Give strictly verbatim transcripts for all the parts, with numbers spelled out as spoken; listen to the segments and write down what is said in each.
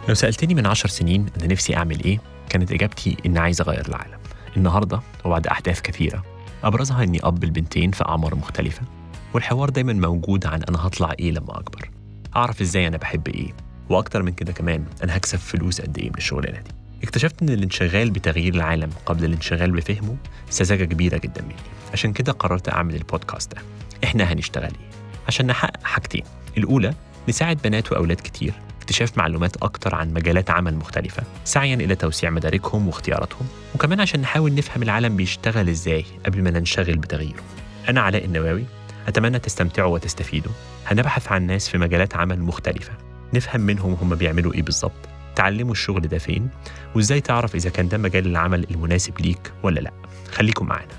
لو سألتني من عشر سنين أنا نفسي أعمل إيه، كانت إجابتي إن عايز أغير العالم. النهاردة وبعد أحداث كثيرة أبرزها إني أب البنتين في أعمار مختلفة، والحوار دايما موجود عن أنا هطلع إيه لما أكبر، أعرف إزاي أنا بحب إيه، وأكتر من كده كمان أنا هكسب فلوس قد إيه من الشغلانة دي. اكتشفت إن الانشغال بتغيير العالم قبل الانشغال بفهمه سذاجة كبيرة جدا مني. عشان كده قررت أعمل البودكاست ده. إحنا هنشتغل إيه؟ عشان نحقق حاجتين. الأولى، نساعد بنات وأولاد كتير اكتشاف معلومات أكتر عن مجالات عمل مختلفة سعياً إلى توسيع مداركهم واختياراتهم، وكمان عشان نحاول نفهم العالم بيشتغل إزاي قبل ما ننشغل بتغييره. أنا علاء النواوي، أتمنى تستمتعوا وتستفيدوا. هنبحث عن ناس في مجالات عمل مختلفة، نفهم منهم هم بيعملوا إيه بالظبط، تعلموا الشغل ده فين، وإزاي تعرف إذا كان ده مجال العمل المناسب ليك ولا لأ. خليكم معنا.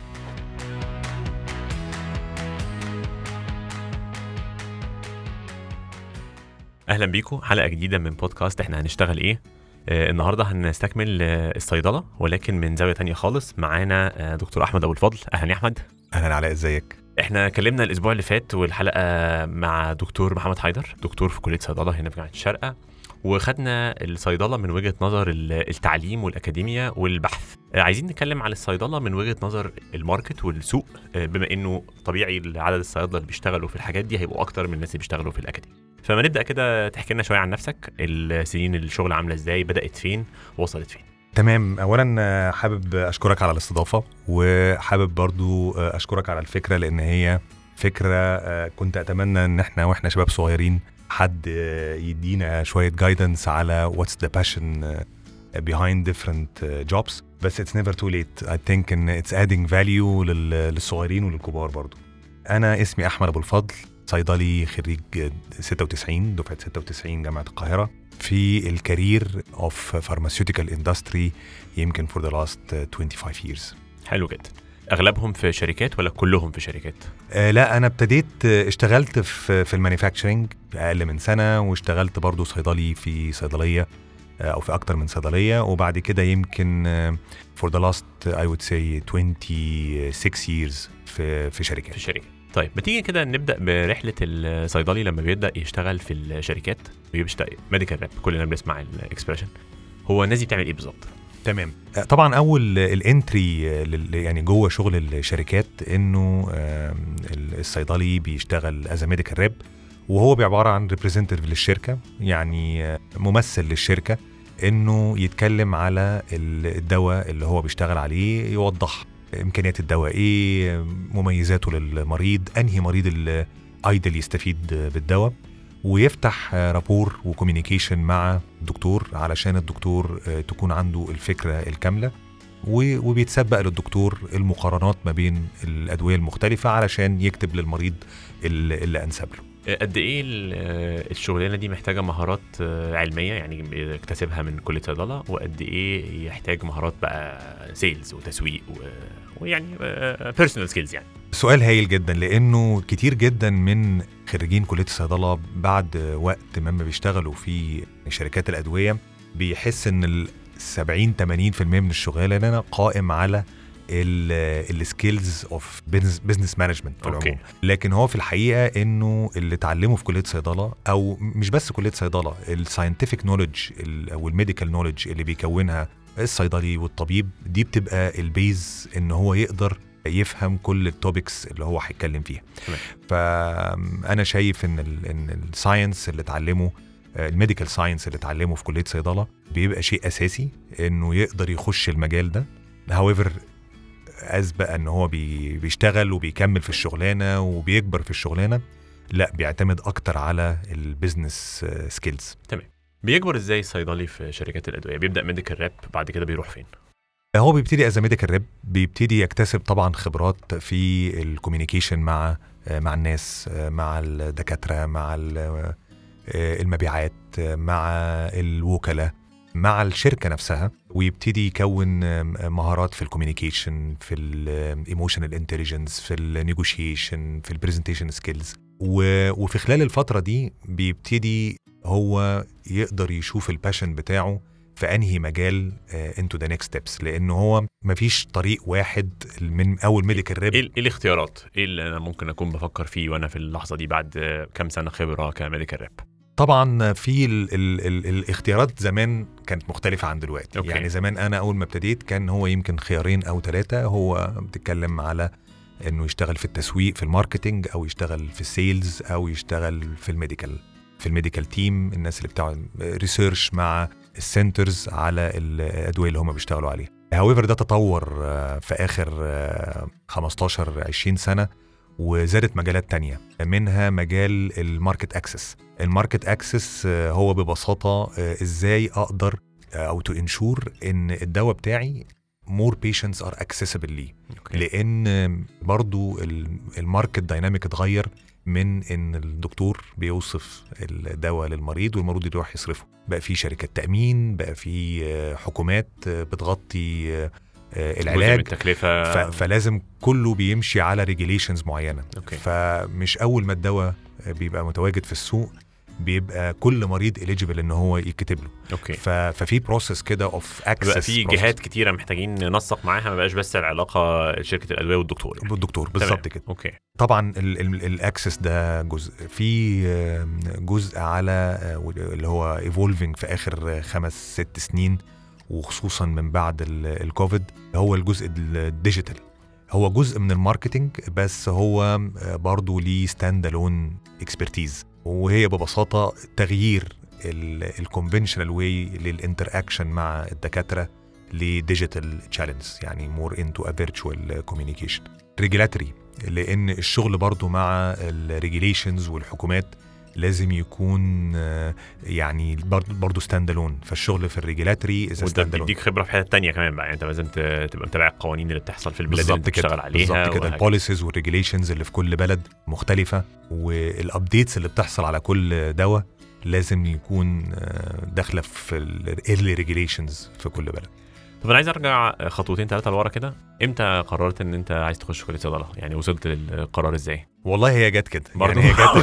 أهلا بيكم حلقة جديدة من بودكاست إحنا هنشتغل إيه. آه النهاردة هنستكمل آه الصيدلة، ولكن من زاوية تانية خالص. معانا آه دكتور أحمد أبو الفضل. أهلا يا أحمد. أهلا علاء، إزيك؟ إحنا كلمنا الأسبوع اللي فات والحلقة مع دكتور محمد حيدر، دكتور في كلية صيدلة هنا في جامعة الشارقة، وخدنا الصيدلة من وجهة نظر التعليم والأكاديمية والبحث. آه عايزين نتكلم عن الصيدلة من وجهة نظر الماركت والسوق، آه بما إنه طبيعي عدد الصيادلة اللي بيشتغلوا في الحاجات دي هيبقوا أكتر من الناس اللي بيشتغلوا في الأكاديمية. فما نبدأ كده تحكي لنا شوية عن نفسك، السنين الشغل عاملة ازاي، بدأت فين، وصلت فين؟ تمام. أولا حابب أشكرك على الاستضافة، وحابب برضو أشكرك على الفكرة، لأن هي فكرة كنت أتمنى أن احنا وإحنا شباب صغيرين حد يدينا شوية guidance على what's the passion behind different jobs. بس it's never too late. I think ان it's adding value للصغيرين وللكبار برضو. أنا اسمي أحمد أبو الفضل، صيدلي خريج ستة وتسعين دفعة ستة وتسعين جامعة القاهرة، في الكارير of pharmaceutical industry يمكن for the last twenty-five years. حلو جدا. أغلبهم في شركات ولا كلهم في شركات؟ آه لا، أنا ابتديت اشتغلت في في المانيفاكتشرينج أقل من سنة، واشتغلت برضو صيدلي في صيدلية أو في أكتر من صيدلية، وبعد كده يمكن for the last I would say twenty-six years في في شركات. في شركات. طيب ما تيجي كده نبدأ برحلة الصيدلي لما بيبدأ يشتغل في الشركات ويشتغل ميديكال راب، كلنا بنسمع الاكسبريشن. هو الناس دي بتعمل ايه بالظبط؟ تمام. طبعا اول الانتري يعني جوه شغل الشركات انه الصيدلي بيشتغل از ميديكال راب، وهو بعبارة عن ريبريزنتيف للشركة، يعني ممثل للشركة، انه يتكلم على الدواء اللي هو بيشتغل عليه، يوضح إمكانيات الدواء إيه، مميزاته للمريض، أنهي مريض الأيدل يستفيد بالدواء، ويفتح رابور وكوميونيكيشن مع الدكتور علشان الدكتور تكون عنده الفكرة الكاملة، وبيتسبق للدكتور المقارنات ما بين الأدوية المختلفة علشان يكتب للمريض اللي أنسب له. قد ايه الشغلانه دي محتاجه مهارات علميه يعني اكتسبها من كليه صيدله، وقد ايه يحتاج مهارات بقى سيلز وتسويق ويعني بيرسونال سكيلز؟ يعني سؤال هايل جدا، لانه كتير جدا من خريجين كليه الصيدله بعد وقت ما بيشتغلوا في شركات الادويه بيحس ان ال سبعين ثمانين بالمية من الشغلانه قائم على السكيلز اوف بزنس مانجمنت في العموم. لكن هو في الحقيقه انه اللي اتعلمه في كليه صيدله، او مش بس كليه صيدله، الساينتفك نوليدج او الميديكال نوليدج اللي بيكونها الصيدلي والطبيب، دي بتبقى البيز ان هو يقدر يفهم كل التوبكس اللي هو هيتكلم فيها. فانا شايف ان ال ان الساينس اللي اتعلمه، الميديكال ساينس اللي اتعلمه في كليه صيدله، بيبقى شيء اساسي انه يقدر يخش المجال ده. however أسبق أنه هو بي بيشتغل وبيكمل في الشغلانة وبيكبر في الشغلانة، لا بيعتمد أكتر على البيزنس سكيلز. تمام. بيكبر إزاي الصيدلي في شركات الأدوية؟ بيبدأ ميديكال راب، بعد كده بيروح فين؟ هو بيبتدي از ميديكال راب، بيبتدي يكتسب طبعا خبرات في الكوميونيكيشن مع مع الناس، مع الدكاترة، مع المبيعات، مع الوكلاء، مع الشركة نفسها، ويبتدي يكون مهارات في الكوميونيكيشن، في الايموشنال انتليجنس، في النيغوشيشن، في البرزنتيشن سكيلز. وفي خلال الفترة دي بيبتدي هو يقدر يشوف الباشن بتاعه في أنهي مجال into the next steps، لأنه هو مفيش طريق واحد من أول ميديكال راب. إيه الاختيارات؟ إيه اللي أنا ممكن أكون بفكر فيه وأنا في اللحظة دي بعد كم سنة خبرة كميديكال راب؟ طبعا في ال ال ال الاختيارات زمان كانت مختلفة عن دلوقتي. أوكي. يعني زمان أنا أول ما ابتديت كان هو يمكن خيارين أو ثلاثة. هو بتتكلم على إنه يشتغل في التسويق في الماركتينج، أو يشتغل في السيلز، أو يشتغل في الميديكال في الميديكال تيم، الناس اللي بتاع ريسيرش مع السنترز على الأدوية اللي هم بيشتغلوا عليها. however ده تطور في آخر خمستاشر عشرين سنة، وزادت مجالات تانية، منها مجال الماركت اكسس. الماركت اكسس هو ببساطة ازاي اقدر او تو انشور ان الدواء بتاعي more patients are accessible لي. لان برضو الماركت دايناميك اتغير من ان الدكتور بيوصف الدواء للمريض والمريض يروح يصرفه، بقى في شركات تأمين، بقى في حكومات بتغطي العلاج، التكلفة، فلازم كله بيمشي على ريجيليشنز معينة. أوكي. فمش أول ما الدواء بيبقى متواجد في السوق بيبقى كل مريض إليجيبل إن هو يكتب له. أوكي. ففي بروسس كده اوف اكسس، بقى في جهات كتيرة محتاجين ننسق معاها، ما بقاش بس العلاقة شركة الأدوية والدكتور يعني. بالدكتور بالظبط كده. أوكي. طبعا الاكسس ده جزء، في جزء على اللي هو ايفولفينج في آخر خمس ست سنين، وخصوصا من بعد الكوفيد، هو الجزء الديجيتال. هو جزء من الماركتينج، بس هو برضو ليه ستاند الون اكسبرتيز، وهي ببساطة تغيير الكونفنشنال واي للانتراكشن مع الدكاترة لديجيتال تشالنجز، يعني مور انتو ا فيرتشوال كوميونيكيشن. ريجولاتوري، لان الشغل برضو مع الريجوليشنز والحكومات لازم يكون يعني برضو ستاند الون. فالشغل في الريجولاتوري از ستاند الون، بيديك خبره في حته تانية كمان بقى. يعني انت لازم تبقى متابع القوانين اللي بتحصل في البلاد اللي انت بتشتغل عليها. بالظبط كده. البوليسيز والريجوليشنز اللي في كل بلد مختلفه، والابديتس اللي بتحصل على كل دواء لازم يكون داخله في الايرلي ريجوليشنز في كل بلد. طب انا عايز ارجع خطوتين ثلاثه لورا كده. امتى قررت ان انت عايز تخش كليه صيدله؟ يعني وصلت للقرار ازاي؟ والله هي جت كده يعني، هي جت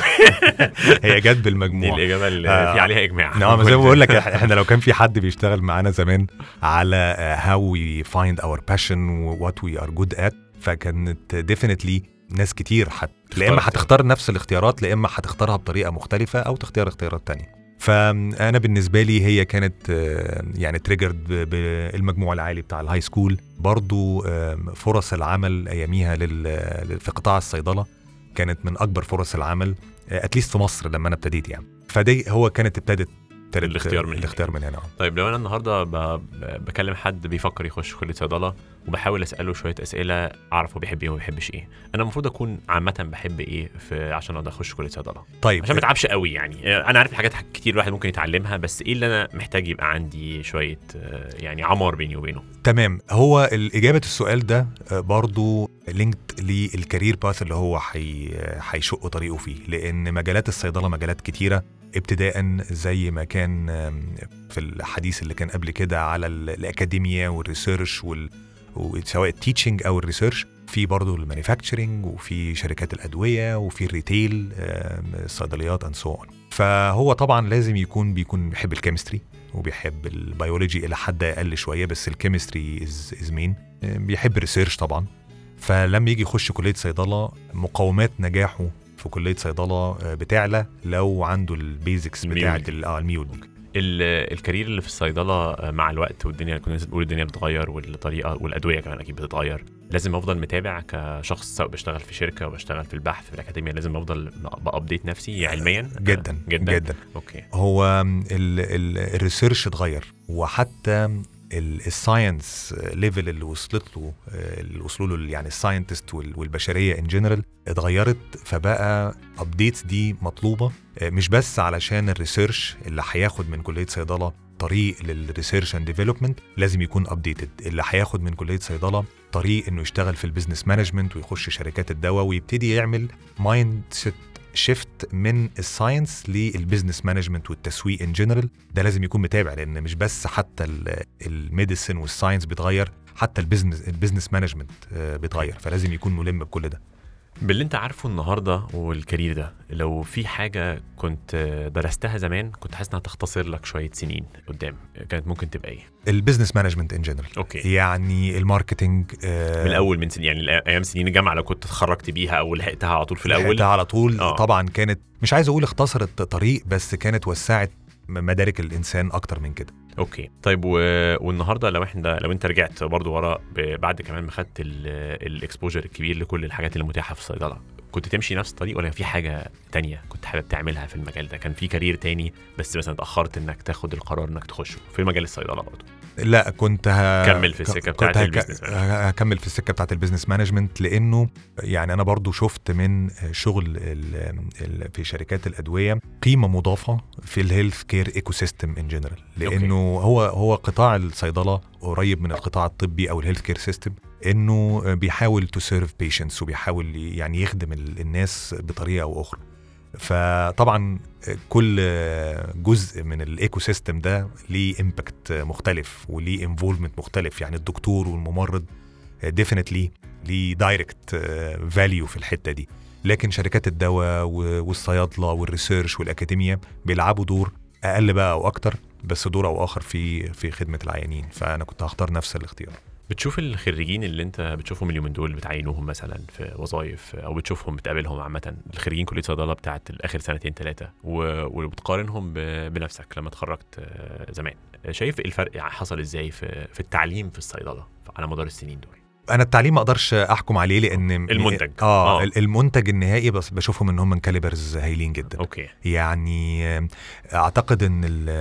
هي جت بالمجموع. دي الاجابه اللي آه في عليها اجماع. نعم، زي ما بقول لك، احنا لو كان في حد بيشتغل معانا زمان على how we find our passion what we are good at، فكانت definitely ناس كتير حت... لا اما هتختار نفس الاختيارات، لا اما هتختارها بطريقه مختلفه، او تختار اختيارات تانية. فأنا بالنسبة لي هي كانت يعني تريجرد بالمجموع العالي بتاع الهاي سكول. برضو فرص العمل أياميها في قطاع الصيدلة كانت من أكبر فرص العمل أتليست في مصر لما أنا ابتديت يعني. فدي هو كانت ابتدت الاختيار من الاختيار من هنا. طيب لو انا النهارده بكلم حد بيفكر يخش كليه صيدله، وبحاول اساله شويه اسئله اعرف هو بيحب ايه وما بيحبش ايه، انا المفروض اكون عامه بحب ايه في عشان اقدر اخش كليه صيدله؟ طيب عشان ما اتعبش قوي يعني. انا عارف حاجات كتير الواحد ممكن يتعلمها، بس ايه اللي انا محتاج يبقى عندي شويه يعني عمار بيني وبينه؟ تمام. هو الاجابه السؤال ده برضو لينكد للكارير باث اللي هو هيشق طريقه فيه، لان مجالات الصيدله مجالات كتيره، ابتداء زي ما كان في الحديث اللي كان قبل كده على الأكاديمية والريسيرش وال... سواء التيتشنج أو الريسيرش، في برضو المانيفاكتشرينج، وفي شركات الأدوية، وفي الريتيل، الصيدليات and so on. فهو طبعا لازم يكون بيكون بيحب الكيمستري وبيحب البيولوجي إلى حد أقل شوية، بس الكيمستري is مين. بيحب الريسيرش طبعا. فلما يجي يخش كلية صيدلة، مقومات نجاحه في كلية صيدلة بتعلى لو عنده البيزكس بتاعة الميول. الكارير اللي في الصيدلة مع الوقت والدنيا، كنا بنقول الدنيا بتتغير والطريقة والأدوية كمان أكيد بتتغير، لازم أفضل متابع كشخص، سواء بشتغل في شركة أو بشتغل في البحث في الأكاديمية، لازم أفضل بأبديت نفسي علميا. جدا جدا, جدا. أوكي. هو الريسيرش اتغير، وحتى الساينس ليفل اللي وصلت له اللي وصلوا له يعني الساينتست والبشريه ان جنرال اتغيرت. فبقى ابديتس دي مطلوبه، مش بس علشان الريسيرش اللي هياخد من كليه صيدله طريق للريسيرش اند ديفلوبمنت لازم يكون ابديتد، اللي هياخد من كليه صيدله طريق انه يشتغل في البيزنس مانجمنت ويخش شركات الدواء ويبتدي يعمل مايند سيت شيفت من الساينس للبيزنس مانجمنت والتسويق ان جنرال. ده لازم يكون متابع، لان مش بس حتى الميديسن والساينس بيتغير، حتى البيزنس البيزنس مانجمنت بيتغير، فلازم يكون ملم بكل ده. باللي انت عارفه النهارده والكارير ده، لو في حاجه كنت درستها زمان كنت حاسس انها تختصر لك شويه سنين قدام، كانت ممكن تبقى ايه؟ البيزنس مانجمنت ان جنرال. اوكي. يعني الماركتنج آه من الاول، من سنين، يعني ايام سنين الجامعه لو كنت اتخرجت بيها او لحقتها على طول في الاول. لحقتها على طول. آه. طبعا كانت، مش عايز اقول اختصرت طريق، بس كانت وسعت مدارك الانسان اكتر من كده. اوكي. طيب و... والنهارده لو احنا لو انت رجعت برضو ورا ب... بعد كمان ما خدت الاكسبوجر الكبير لكل الحاجات المتاحه في الصيدله، كنت تمشي نفس الطريق ولا في حاجه تانية كنت حابب تعملها في المجال ده؟ كان في كارير تاني بس مثلا اتاخرت انك تاخد القرار انك تخشه في مجال الصيدله برضو؟ لا، كنت هكمل في السكه بتاعت البيزنس مانجمنت. هكمل في السكه بتاعت البيزنس مانجمنت، لانه يعني انا برضو شفت من شغل ال ال في شركات الادويه قيمه مضافه في الهيلث كير ايكو سيستم ان جنرال، لانه أوكي. هو هو قطاع الصيدله قريب من القطاع الطبي او الهيلث كير سيستم، انه بيحاول تو سيرف بيشنتس وبيحاول يعني يخدم الناس بطريقه او اخرى. فطبعا كل جزء من الايكو سيستم ده ليه امباكت مختلف وليه انفولفمنت مختلف. يعني الدكتور والممرض ديفينتلي ليه دايركت فاليو في الحته دي، لكن شركات الدواء والصيادله والريسيرش والاكاديميا بيلعبوا دور اقل بقى او اكتر، بس دور او اخر في في خدمه العيانين. فانا كنت هختار نفس الاختيار. بتشوف الخريجين اللي انت بتشوفهم اليومين دول بتعينوهم مثلا في وظائف، او بتشوفهم بتقابلهم عامه، الخريجين كليه صيدله بتاعت الاخر سنتين ثلاثه، وبتقارنهم بنفسك لما اتخرجت زمان، شايف الفرق حصل ازاي في في التعليم في الصيدله على مدار السنين دول؟ انا التعليم ما اقدرش احكم عليه، لان المنتج اه, آه. المنتج النهائي بس بشوفهم ان هم من كاليبرز هايلين جدا. اوكي. يعني اعتقد ان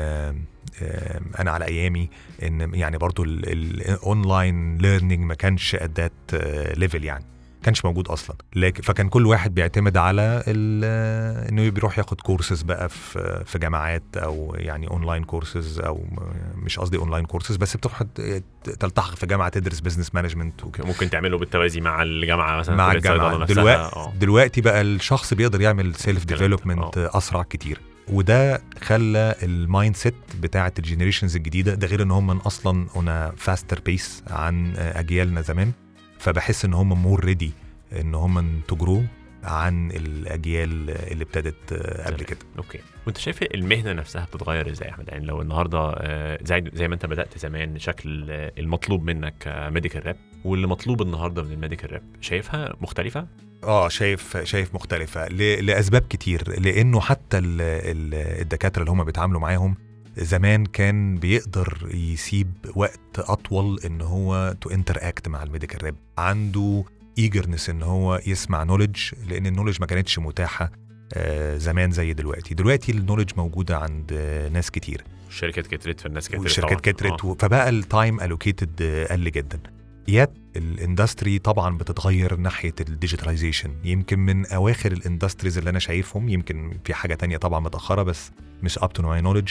انا على ايامي ان يعني برضو الاونلاين ليرنينج ما كانش at that ليفل، يعني كانش موجود اصلا، لكن فكان كل واحد بيعتمد على انه بيروح ياخد كورسز بقى في في جامعات، او يعني اونلاين كورسز، او مش قصدي اونلاين كورسز بس بتروح تلتحق في جامعه تدرس بزنس مانجمنت. ممكن تعمله بالتوازي مع الجامعه مثلا، مع الجامعه. دلوقتي أوه. دلوقتي بقى الشخص بيقدر يعمل سيلف ديفلوبمنت اسرع كتير، وده خلى المايند سيت بتاعه الجينيريشنز الجديده ده، غير ان هم اصلا اون فاستر بيس عن اجيالنا زمان، فبحس ان هم مور ريدي ان هم تجروا عن الاجيال اللي ابتدت قبل كده. اوكي. وانت شايف المهنه نفسها بتتغير ازاي يا احمد؟ يعني لو النهارده زي زي ما انت بدات زمان، شكل المطلوب منك ميديكال راب واللي مطلوب النهارده من الميديكال راب، شايفها مختلفه؟ اه شايف شايف مختلفه لاسباب كتير، لانه حتى الدكاتره اللي هم بيتعاملوا معاهم زمان كان بيقدر يسيب وقت اطول ان هو تو انتراكت مع الميديكال راب، عنده ايجرنس ان هو يسمع نوليدج، لان النوليدج ما كانتش متاحه زمان زي دلوقتي. دلوقتي النوليدج موجوده عند ناس كتير، الشركات كترت، فالناس كترت، والشركات كترت، آه. فبقى التايم الوكيتد قل جدا. يات الاندستري طبعا بتتغير ناحيه الديجيتاليزيشن، يمكن من اواخر الاندستريز اللي انا شايفهم، يمكن في حاجه تانية طبعا متاخره بس مش اب تو ماي نوليدج،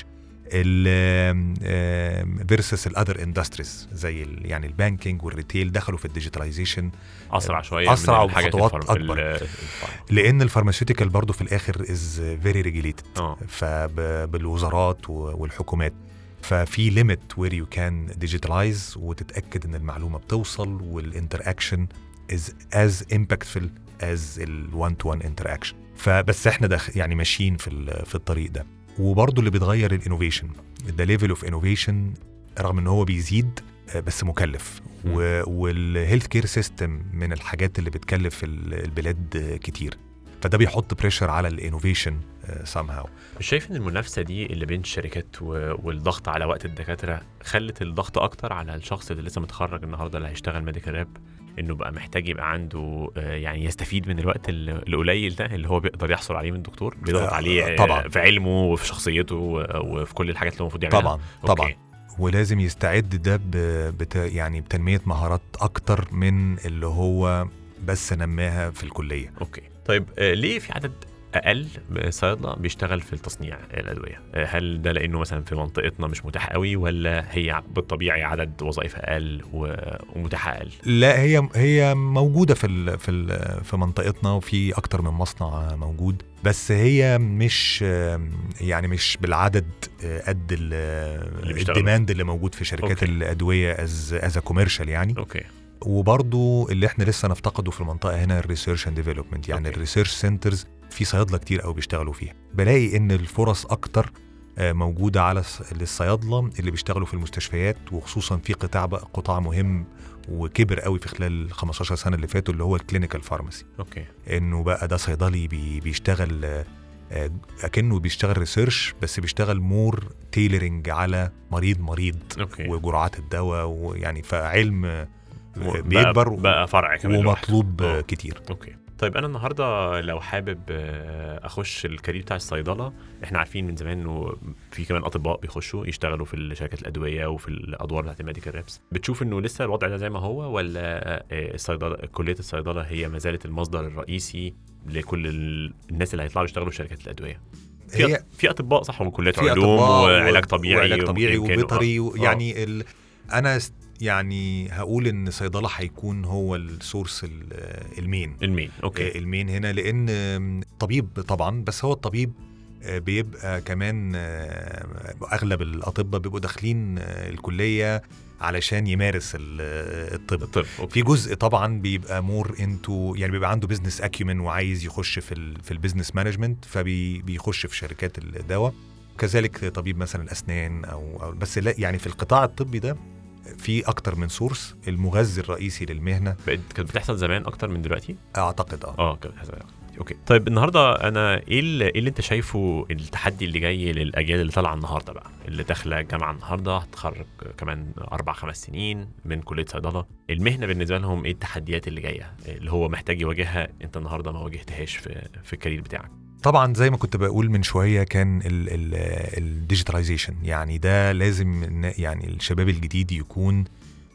ال versus الاذر اندستريز زي يعني البانكينج والريتيل دخلوا في الديجيتاليزيشن اسرع شويه، اسرع وبخطوات اكبر، لان الفارماسيوتيكال برضو في الاخر از فيري ريجوليتد فبالوزارات والحكومات، ففي ليميت وير يو كان ديجيتالايز وتتاكد ان المعلومه بتوصل والانتراكشن از از امباكتفul از الوان تو وان انتراكشن. فبس احنا ده يعني ماشيين في في الطريق ده. وبرضه اللي بيتغير الانوفيشن، ده ليفل اوف انوفيشن رغم ان هو بيزيد بس مكلف، والهيلث كير سيستم من الحاجات اللي بتكلف البلاد كتير، فده بيحط بريشر على الانوفيشن somehow. مش شايف ان المنافسه دي اللي بين الشركات والضغط على وقت الدكاتره خلت الضغط اكتر على الشخص اللي لسه متخرج النهارده اللي هيشتغل ميديكال راب، انه بقى محتاج يبقى عنده يعني يستفيد من الوقت القليل ده اللي هو بيقدر يحصل عليه من الدكتور، بيضغط عليه طبعا في علمه وفي شخصيته وفي كل الحاجات اللي هو المفروض يعملها طبعا. أوكي. طبعا ولازم يستعد ده بت يعني بتنميه مهارات اكتر من اللي هو بس نماها في الكليه. اوكي. طيب آه ليه في عدد اقل صيادله بيشتغل في التصنيع الادويه؟ هل ده لانه مثلا في منطقتنا مش متاح قوي، ولا هي بالطبيعي عدد وظائف اقل ومتاحه اقل؟ لا، هي هي موجوده في ال في ال في منطقتنا، وفي اكتر من مصنع موجود، بس هي مش يعني مش بالعدد قد الديماند اللي موجود في شركات أوكي. الادويه از از كوميرشال يعني. اوكي. وبرضو اللي احنا لسه نفتقده في المنطقه هنا الريسيرش اند ديفلوبمنت، يعني الريسيرش سنترز في صيادله كتير قوي بيشتغلوا فيها. بلاقي ان الفرص اكتر موجوده على للصيادله اللي بيشتغلوا في المستشفيات، وخصوصا في قطاع بقى قطاع مهم وكبر قوي في خلال ال خمستاشر سنه اللي فاتوا، اللي هو الكلينيكال فارماسي. اوكي. انه بقى ده صيدلي بي بيشتغل اكنه بيشتغل ريسيرش، بس بيشتغل مور تيلرنج على مريض مريض أوكي. وجرعات الدواء، ويعني فعلم بيكبر بقى, بقى فرع كمان ومطلوب أوه. كتير. اوكي. طيب انا النهارده لو حابب اخش الكارير بتاع الصيدله، احنا عارفين من زمان انه في كمان اطباء بيخشوا يشتغلوا في شركات الادويه وفي الادوار بتاعت الميديكال ريبس. بتشوف انه لسه الوضع ده زي ما هو، ولا الصيدله كليه الصيدله هي ما زالت المصدر الرئيسي لكل الناس اللي هيطلعوا يشتغلوا في شركات الادويه؟ في في اطباء صح من كليات علوم وعلاج طبيعي وعلاج طبيعي وبيطري آه. يعني ال... انا يعني هقول ان صيدله هيكون هو السورس المين المين اوكي المين هنا، لان طبيب طبعا، بس هو الطبيب بيبقى كمان اغلب الاطباء بيبقوا داخلين الكليه علشان يمارس الطب. الطب في جزء طبعا بيبقى مور انتو، يعني بيبقى عنده بزنس اكيومن وعايز يخش في ال في البزنس مانجمنت، فبيخش في شركات الدواء. كذلك طبيب مثلا الاسنان او, أو بس لا، يعني في القطاع الطبي ده في اكتر من سورس. المغذي الرئيسي للمهنه كانت بتحصل زمان اكتر من دلوقتي اعتقد. اه اه كانت بتحصل. اوكي. طيب النهارده انا ايه اللي, اللي انت شايفه التحدي اللي جاي للاجيال اللي طالعه النهارده بقى، اللي داخله الجامعه النهارده هتخرج كمان اربع خمس سنين من كليه صيدله؟ المهنه بالنسبه لهم ايه التحديات اللي جايه اللي هو محتاج يواجهها انت النهارده ما واجهتهاش في في الكارير بتاعك؟ طبعا زي ما كنت بقول من شويه كان الديجيتاليزيشن، يعني ده لازم يعني الشباب الجديد يكون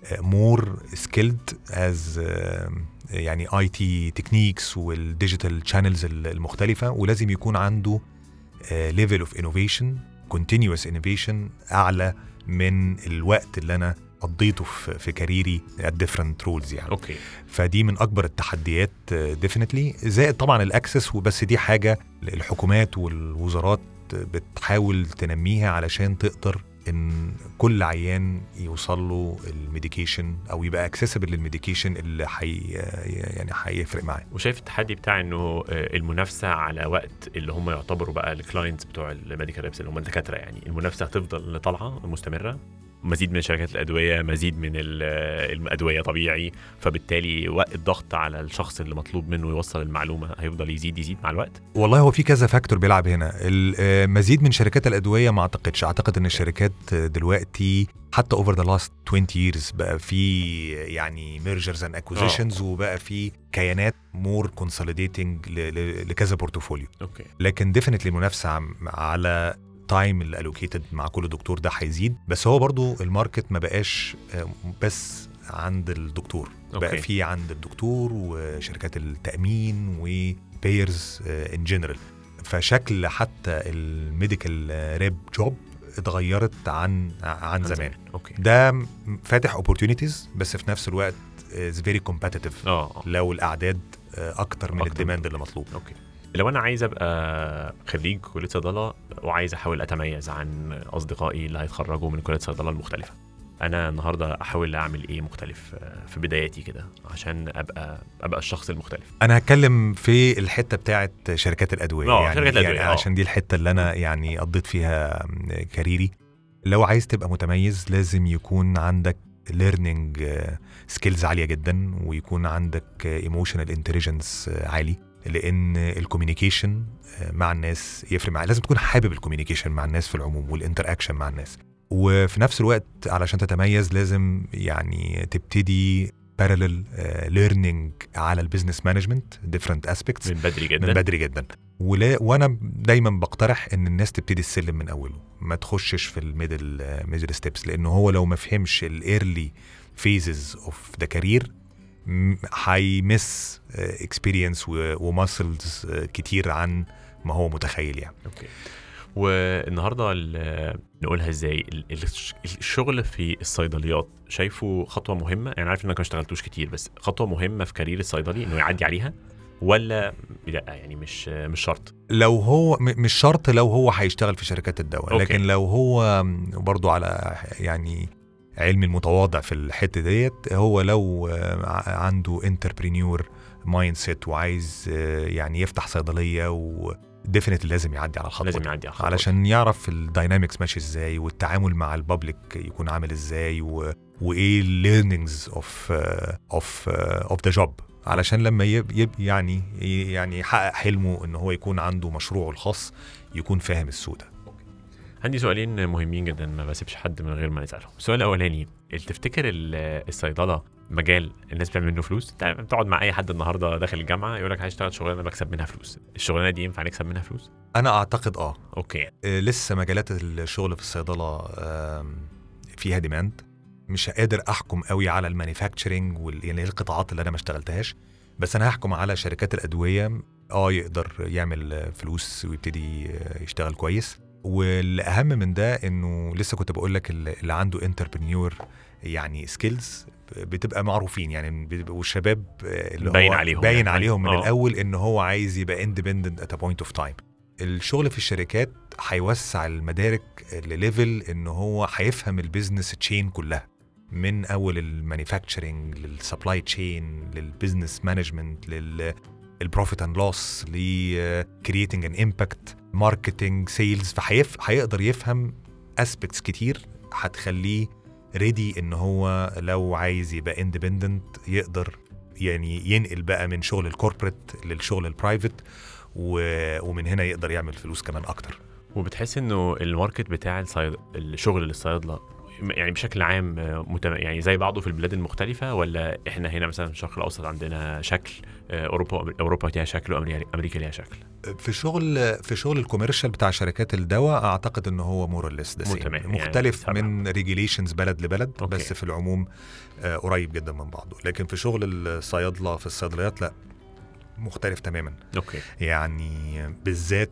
مور سكيلد از يعني اي تي تكنيكس والديجيتال شانلز المختلفه، ولازم يكون عنده ليفل اوف انوفيشن كونتينيوس انوفيشن اعلى من الوقت اللي انا قضيته في في كاريري الديفرنت رولز يعني. اوكي. فدي من اكبر التحديات ديفينتلي، زائد طبعا الاكسس، وبس دي حاجه الحكومات والوزارات بتحاول تنميها علشان تقدر ان كل عيان يوصل له الميديكيشن او يبقى اكسسبل للميديكيشن اللي حي يعني هيفرق معاه. وشايف التحدي بتاع انه المنافسه على وقت اللي هم يعتبروا بقى الكلاينتس بتوع الميديكال ريبس اللي هم الدكاتره، يعني المنافسه هتفضل طالعه مستمره، مزيد من شركات الادويه، مزيد من الادويه طبيعي، فبالتالي وقت الضغط على الشخص اللي مطلوب منه يوصل المعلومه هيفضل يزيد يزيد مع الوقت. والله هو في كذا فاكتور بيلعب هنا. المزيد من شركات الادويه ما اعتقدش اعتقد ان الشركات دلوقتي حتى over the last twenty years بقى في يعني mergers and acquisitions، وبقى في كيانات more consolidating لكذا بورتفوليو. اوكي. لكن definitely المنافسه على تايم اللي الوكيتد مع كل دكتور ده هيزيد، بس هو برضو الماركت ما بقاش بس عند الدكتور. أوكي. بقى في عند الدكتور وشركات التأمين وبيرز ان جنرال، فشكل حتى الميديكال ريب جوب اتغيرت عن عن زمان. أوكي. ده فاتح opportunities، بس في نفس الوقت is very competitive أوه. لو الأعداد أكتر من الديماند اللي مطلوب. أوكي. لو أنا عايز أبقى خريج كلية صيدلة وعايز أحاول أتميز عن أصدقائي اللي هيتخرجوا من كلية صيدلة المختلفة، أنا النهاردة أحاول أعمل إيه مختلف في بداياتي كده عشان أبقى أبقى الشخص المختلف؟ أنا هتكلم في الحتة بتاعت شركات الأدوية. يعني, شركات الأدوية يعني عشان دي الحتة اللي أنا يعني قضيت فيها كاريري. لو عايز تبقى متميز لازم يكون عندك learning skills عالية جدا، ويكون عندك emotional intelligence عالي، لأن الكوميونيكيشن مع الناس يفرق معاك. لازم تكون حابب الكوميونيكيشن مع الناس في العموم والانتراكشن مع الناس. وفي نفس الوقت علشان تتميز لازم يعني تبتدي parallel uh, learning على البيزنس مانجمنت different aspects من بدري جدا من بدري جدا ولا وأنا دايما بقترح إن الناس تبتدي السلم من أوله، ما تخشش في الميدل ميدل ستيبس، لأنه هو لو ما فهمش الايرلي phases of the career هيمس اكسبيرينس وماسلز كتير عن ما هو متخيل يعني. اوكي. والنهارده نقولها ازاي، الشغل في الصيدليات شايفه خطوه مهمه؟ يعني عارف انك ما اشتغلتوش كتير، بس خطوه مهمه في كارير الصيدلي انه يعدي عليها، ولا لا يعني مش مش شرط؟ لو هو مش شرط لو هو هيشتغل في شركات الدواء. أوكي. لكن لو هو برضو على يعني علمي المتواضع في الحته ديت، هو لو عنده انتربرينيور مايند سيت وعايز يعني يفتح صيدليه، و ديفينتلي لازم يعدي على الخطوه لازم يعدي على الخطوه علشان يعرف الداينامكس ماشي ازاي، والتعامل مع البابليك يكون عامل ازاي، و... وايه الليرنينجز اوف اوف اوف ذا جوب، علشان لما يب... يب يعني يعني يحقق حلمه ان هو يكون عنده مشروعه الخاص يكون فاهم السوق ده. عندي سؤالين مهمين جدا ما بسيبش حد من غير ما نسالهم. السؤال الاولاني، تفتكر الصيدله مجال الناس بتعمل منه فلوس؟ بتقعد مع اي حد النهارده داخل الجامعه يقول لك عايز اشتغل شغلانه بكسب منها فلوس، الشغلانه دي ينفع نكسب منها فلوس؟ انا اعتقد اه اوكي آه، لسه مجالات الشغل في الصيدله فيها ديماند. مش قادر احكم قوي على المانيفاكتشرنج وال يعني القطاعات اللي انا ما اشتغلتهاش، بس انا هحكم على شركات الادويه اه يقدر يعمل فلوس ويبتدي يشتغل كويس. والاهم من ده انه لسه كنت بقول لك اللي عنده انتربرينيور يعني سكيلز بتبقى معروفين، يعني والشباب اللي باين هو عليهم باين يعني. عليهم من أوه. الاول ان هو عايز يبقى اندبندنت ات بوينت اوف تايم. الشغل في الشركات هيوسع المدارك لليفل ان هو هيفهم البيزنس تشين كلها، من اول المانيفاكتشرنج للسبلاي تشين للبيزنس مانجمنت للبروفيت اند لوس لكرييتنج ان امباكت ماركتنج سيلز. فهيقدر يفهم اسبيكتس كتير هتخليه ريدي ان هو لو عايز يبقى اندبندنت يقدر يعني ينقل بقى من شغل الكوربريت للشغل البرايفت، ومن هنا يقدر يعمل فلوس كمان اكتر. وبتحس انه الماركت بتاع الصيد... الشغل للصيادله يعني بشكل عام متم... يعني زي بعضه في البلاد المختلفه، ولا احنا هنا مثلا في الشرق الاوسط عندنا شكل، اوروبا اوروبا ليها شكل وامريكا ليها شكل؟ في شغل في شغل الكوميرشال بتاع شركات الدواء اعتقد ان هو مور ليس مختلف يعني من ريجيليشنز بلد لبلد. أوكي. بس في العموم قريب جدا من بعضه. لكن في شغل الصيادله في الصيدليات لا، مختلف تماما. اوكي. يعني بالذات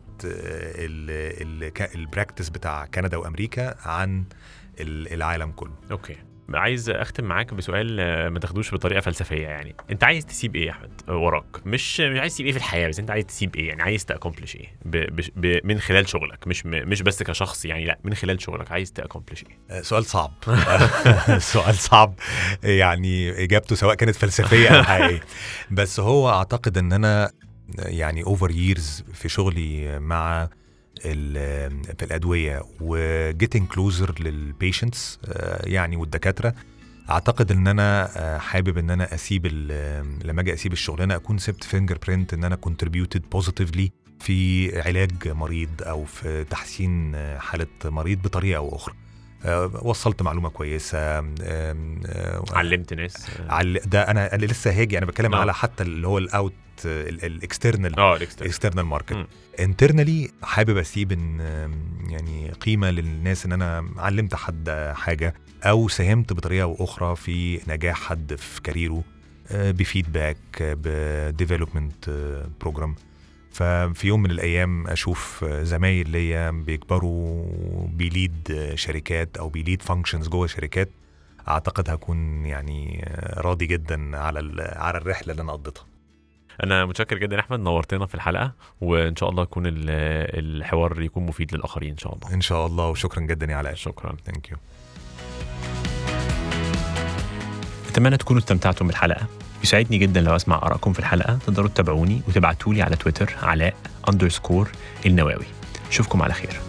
البراكتس بتاع كندا وامريكا عن العالم كله. اوكي. عايز اختم معاك بسؤال ما تاخدوش بطريقه فلسفيه. يعني انت عايز تسيب ايه يا احمد وراك؟ مش مش عايز تسيب ايه في الحياه، بس انت عايز تسيب ايه؟ يعني عايز تاكمبلش ايه ب... ب... ب... من خلال شغلك، مش م... مش بس كشخص يعني، لا من خلال شغلك عايز تاكمبلش ايه؟ سؤال صعب. سؤال صعب يعني اجابته سواء كانت فلسفيه او حقيقيه. بس هو اعتقد ان انا يعني اوفر ييرز في شغلي مع في الادويه وجيتنج كلوزر للبيشنتس يعني والدكاتره، اعتقد ان انا حابب ان انا اسيب لما اجي اسيب الشغلانه اكون سبت فينجر برينت ان انا كونتريبيوتد بوزيتيفلي في علاج مريض او في تحسين حاله مريض بطريقه او اخرى. وصلت معلومه كويسه، علمت ناس. ده انا اللي لسه هاجي انا بتكلم على حتى اللي هو الاوت الاكسترنال اه الاكسترنال ماركت. انترنالي حابب اسيب ان يعني قيمه للناس، ان انا علمت حد حاجه او ساهمت بطريقه او اخرى في نجاح حد في كاريره بفيدباك بديفلوبمنت بروجرام. ففي يوم من الايام اشوف زمايل ليا بيكبروا بيليد شركات او بيليد فانكشنز جوه شركات، اعتقد هكون يعني راضي جدا على على الرحله اللي انا قضيتها. انا متشكر جدا احمد، نورتنا في الحلقه، وان شاء الله يكون الحوار يكون مفيد للاخرين ان شاء الله. ان شاء الله، وشكرا جدا يا علاء. شكرا. ثانك يو. اتمنى تكونوا استمتعتم بالحلقه. يسعدني جدا لو اسمع ارائكم في الحلقه. تقدروا تتابعوني وتبعتوا لي على تويتر علاء اندرسكور النواوي. اشوفكم على خير.